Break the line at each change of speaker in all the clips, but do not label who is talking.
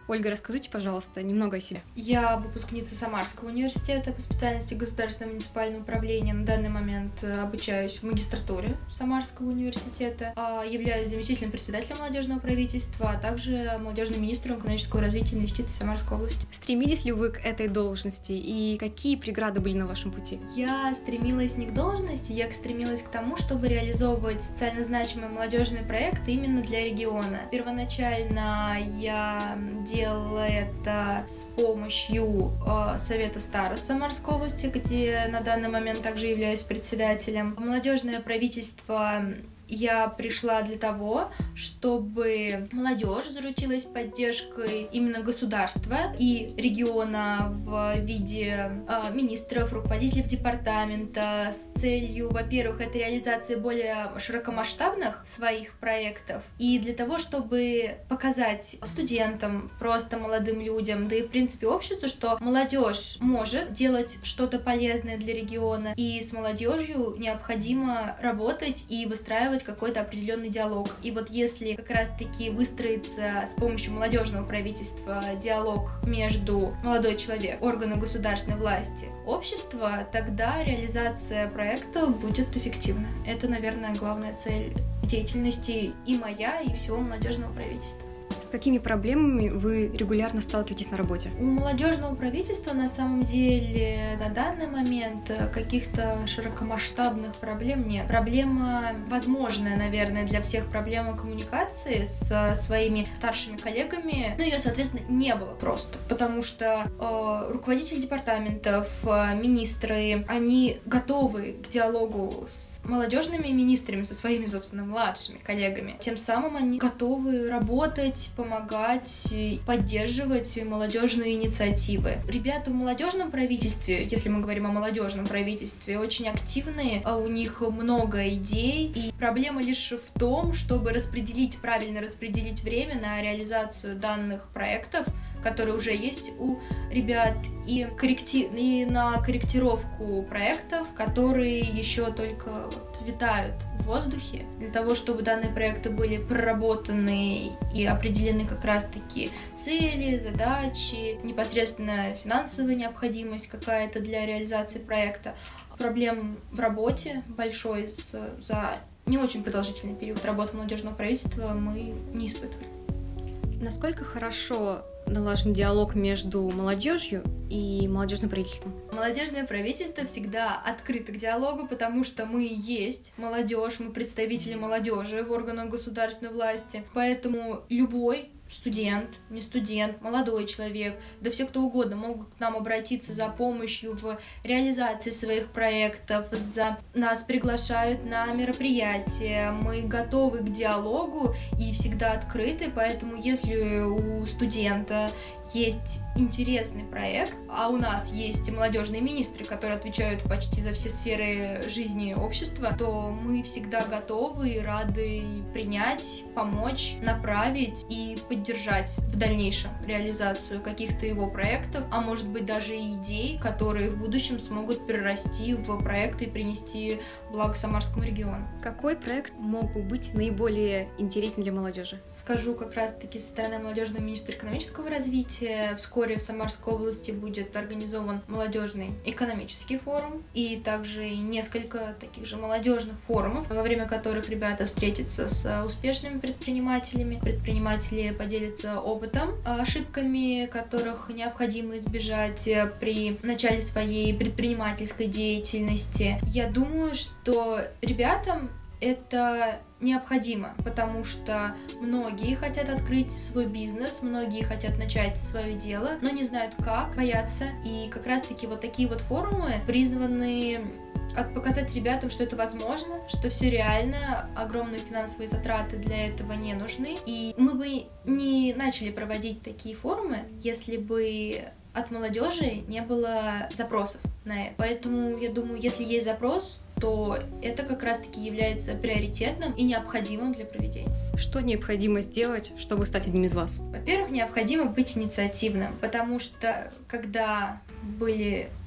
Ольга, расскажите, пожалуйста, немного о себе.
Я выпускница Самарского университета по специальности государственное муниципальное управление. На данный момент обучаюсь в магистратуре Самарского университета. Являюсь заместителем председателя молодежного правительства, а также молодежным министром экономического развития и инвестиций Самарской области.
Стремились ли вы к этой должности и какие преграды были на вашем пути?
Я стремилась не к должности, я стремилась к тому, чтобы реализовывать социально значимые молодежные проекты именно для региона. Первоначально я делала это с помощью Совета старост Самарской области, где на данный момент также являюсь председателем. В молодежное правительство я пришла для того, чтобы молодежь заручилась поддержкой именно государства и региона в виде министров, руководителей департамента с целью, во-первых, это реализация более широкомасштабных своих проектов, и для того, чтобы показать студентам, просто молодым людям, да и в принципе обществу, что молодежь может делать что-то полезное для региона, и с молодежью необходимо работать и выстраивать какой-то определенный диалог. И вот если как раз-таки выстроится с помощью молодежного правительства диалог между молодой человек, органы государственной власти, общество, тогда реализация проекта будет эффективна. Это, наверное, главная цель деятельности и моя, и всего молодежного правительства.
С какими проблемами вы регулярно сталкиваетесь на работе?
У молодежного правительства на самом деле на данный момент каких-то широкомасштабных проблем нет. Проблема возможная, наверное, для всех, проблема коммуникации со своими старшими коллегами, но ее, соответственно, не было просто, потому что руководители департаментов, министры, они готовы к диалогу с молодежными министрами, со своими, собственно, младшими коллегами. Тем самым они готовы работать, помогать, поддерживать молодежные инициативы. Ребята в молодежном правительстве, если мы говорим о молодежном правительстве, очень активные, у них много идей, и проблема лишь в том, чтобы правильно распределить время на реализацию данных проектов, которые уже есть у ребят, и на корректировку проектов, которые еще только витают в воздухе, для того, чтобы данные проекты были проработаны и определены как раз-таки цели, задачи, непосредственно финансовая необходимость какая-то для реализации проекта. Проблем в работе большой за не очень продолжительный период работы молодежного правительства мы не испытывали.
Насколько хорошо налажен диалог между молодежью и молодежным правительством?
Молодежное правительство всегда открыто к диалогу, потому что мы есть молодежь, мы представители молодежи в органах государственной власти, поэтому любой студент, не студент, молодой человек, да все кто угодно могут к нам обратиться за помощью в реализации своих проектов, нас приглашают на мероприятия, мы готовы к диалогу и всегда открыты, поэтому если у студента есть интересный проект, а у нас есть молодежные министры, которые отвечают почти за все сферы жизни общества, то мы всегда готовы и рады принять, помочь, направить и поддержать в дальнейшем реализацию каких-то его проектов, а может быть даже и идей, которые в будущем смогут перерасти в проекты и принести благо Самарскому региону.
Какой проект мог бы быть наиболее интересен для молодежи?
Скажу как раз-таки со стороны молодежного министра экономического развития. Вскоре в Самарской области будет организован молодежный экономический форум и также несколько таких же молодежных форумов, во время которых ребята встретятся с успешными предпринимателями. Предприниматели поделятся опытом, ошибками, которых необходимо избежать при начале своей предпринимательской деятельности. Я думаю, что ребятам это необходимо, потому что многие хотят открыть свой бизнес, многие хотят начать свое дело, но не знают как, боятся. И как раз-таки вот такие вот форумы призваны показать ребятам, что это возможно, что все реально, огромные финансовые затраты для этого не нужны. И мы бы не начали проводить такие форумы, если бы от молодежи не было запросов на это. Поэтому я думаю, если есть запрос, то это как раз-таки является приоритетным и необходимым для проведения.
Что необходимо сделать, чтобы стать одним из вас?
Во-первых, необходимо быть инициативным, потому что когда были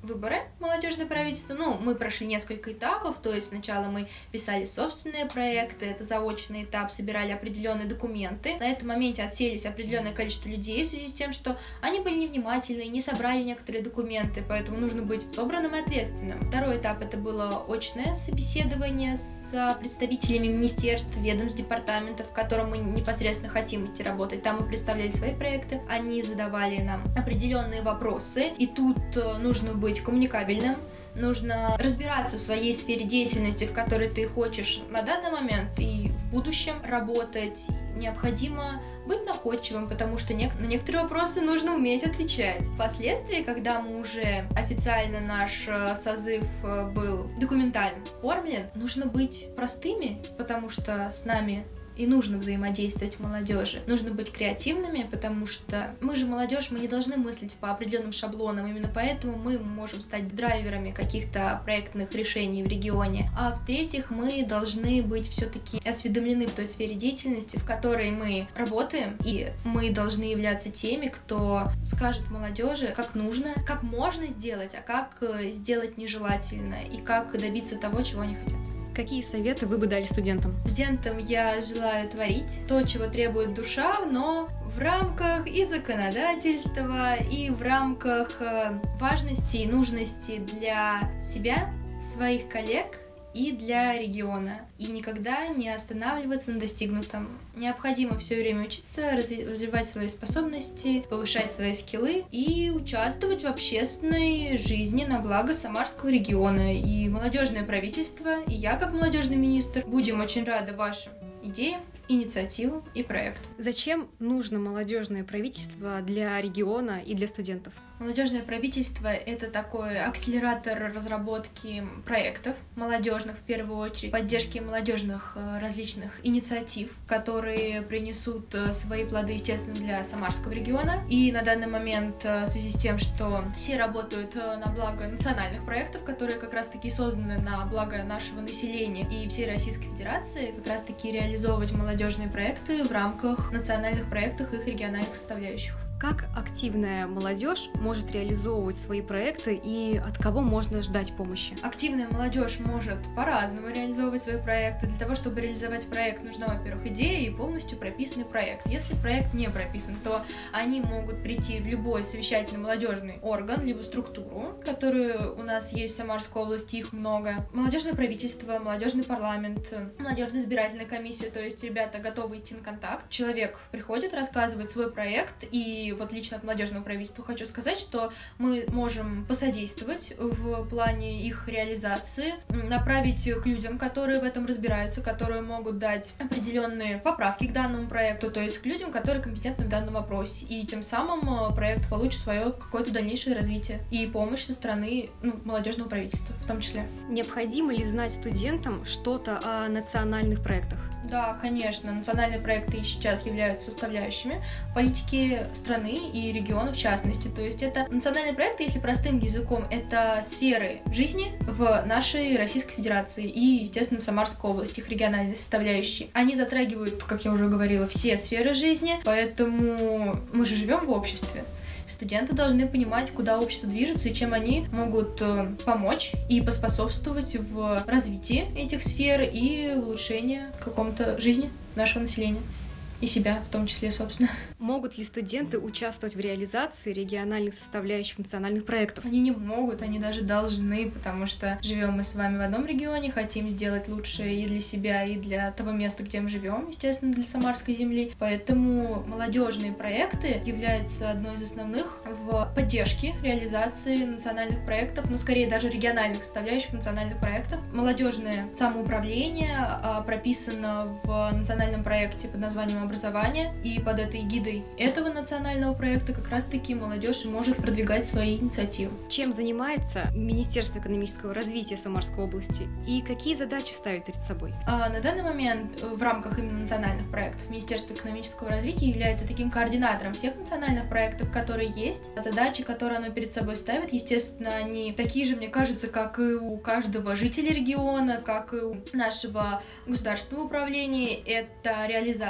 выборы молодежное правительство. Мы прошли несколько этапов, то есть сначала мы писали собственные проекты, это заочный этап, собирали определенные документы. На этом моменте отселись определенное количество людей в связи с тем, что они были невнимательны, не собрали некоторые документы, поэтому нужно быть собранным и ответственным. Второй этап — это было очное собеседование с представителями министерств, ведомств, департаментов, в котором мы непосредственно хотим идти работать. Там мы представляли свои проекты, они задавали нам определенные вопросы, и тут нужно быть коммуникабельным, нужно разбираться в своей сфере деятельности, в которой ты хочешь на данный момент и в будущем работать. Необходимо быть находчивым, потому что на некоторые вопросы нужно уметь отвечать. Впоследствии, когда мы уже официально наш созыв был документально оформлен, нужно быть простыми, потому что с нами и нужно взаимодействовать молодежи. Нужно быть креативными, потому что мы же молодежь, мы не должны мыслить по определенным шаблонам. Именно поэтому мы можем стать драйверами каких-то проектных решений в регионе. А в-третьих, мы должны быть все-таки осведомлены в той сфере деятельности, в которой мы работаем, и мы должны являться теми, кто скажет молодежи, как нужно, как можно сделать, а как сделать нежелательно, и как добиться того, чего они хотят.
Какие советы вы бы дали студентам?
Студентам я желаю творить то, чего требует душа, но в рамках и законодательства, и в рамках важности и нужности для себя, своих коллег и для региона. И никогда не останавливаться на достигнутом. Необходимо все время учиться, развивать свои способности, повышать свои скиллы и участвовать в общественной жизни на благо Самарского региона. И молодежное правительство, и я как молодежный министр будем очень рады вашим идеям, инициативам и проектам.
Зачем нужно молодежное правительство для региона и для студентов?
Молодежное правительство — это такой акселератор разработки проектов молодежных, в первую очередь, поддержки молодежных различных инициатив, которые принесут свои плоды, естественно, для Самарского региона. И на данный момент, в связи с тем, что все работают на благо национальных проектов, которые как раз-таки созданы на благо нашего населения и всей Российской Федерации, как раз-таки реализовывать молодежные проекты в рамках национальных проектов и их региональных составляющих.
Как активная молодежь может реализовывать свои проекты и от кого можно ждать помощи?
Активная молодежь может по-разному реализовывать свои проекты. Для того, чтобы реализовать проект, нужна, во-первых, идея и полностью прописанный проект. Если проект не прописан, то они могут прийти в любой совещательный молодежный орган, либо структуру, которую у нас есть в Самарской области, их много. Молодежное правительство, молодежный парламент, молодежная избирательная комиссия, то есть ребята готовы идти на контакт. Человек приходит, рассказывает свой проект, и вот лично от молодежного правительства хочу сказать, что мы можем посодействовать в плане их реализации, направить к людям, которые в этом разбираются, которые могут дать определенные поправки к данному проекту, то есть к людям, которые компетентны в данном вопросе. И тем самым проект получит свое какое-то дальнейшее развитие и помощь со стороны молодежного правительства в том числе.
Необходимо ли знать студентам что-то о национальных проектах?
Да, конечно, национальные проекты сейчас являются составляющими политики страны и региона в частности. То есть это национальные проекты, если простым языком, это сферы жизни в нашей Российской Федерации и, естественно, Самарской области, их региональные составляющие. Они затрагивают, как я уже говорила, все сферы жизни, поэтому мы же живем в обществе. Студенты должны понимать, куда общество движется и чем они могут помочь и поспособствовать в развитии этих сфер и улучшении каком-то жизни нашего населения. И себя в том числе, собственно.
Могут ли студенты участвовать в реализации региональных составляющих национальных проектов?
Они не могут, они даже должны, потому что живем мы с вами в одном регионе, хотим сделать лучшее и для себя, и для того места, где мы живем, естественно, для Самарской земли. Поэтому молодежные проекты являются одной из основных в поддержке реализации национальных проектов, но скорее даже региональных составляющих национальных проектов. Молодежное самоуправление прописано в национальном проекте под названием образования, и под этой эгидой этого национального проекта как раз-таки молодежь может продвигать свои инициативы.
Чем занимается Министерство экономического развития Самарской области и какие задачи ставит перед собой?
На данный момент в рамках именно национальных проектов Министерство экономического развития является таким координатором всех национальных проектов, которые есть. Задачи, которые оно перед собой ставит, естественно, они такие же, мне кажется, как и у каждого жителя региона, как и у нашего государственного управления. Это реализация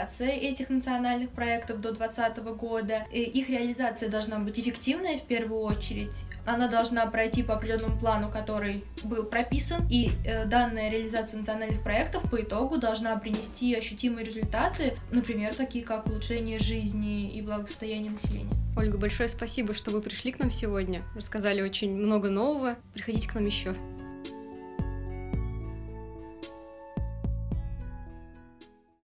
этих национальных проектов до 2020 года. Их реализация должна быть эффективной в первую очередь. Она должна пройти по определенному плану, который был прописан, и данная реализация национальных проектов по итогу должна принести ощутимые результаты, например, такие как улучшение жизни и благосостояния населения.
Ольга, большое спасибо, что вы пришли к нам сегодня, рассказали очень много нового. Приходите к нам еще.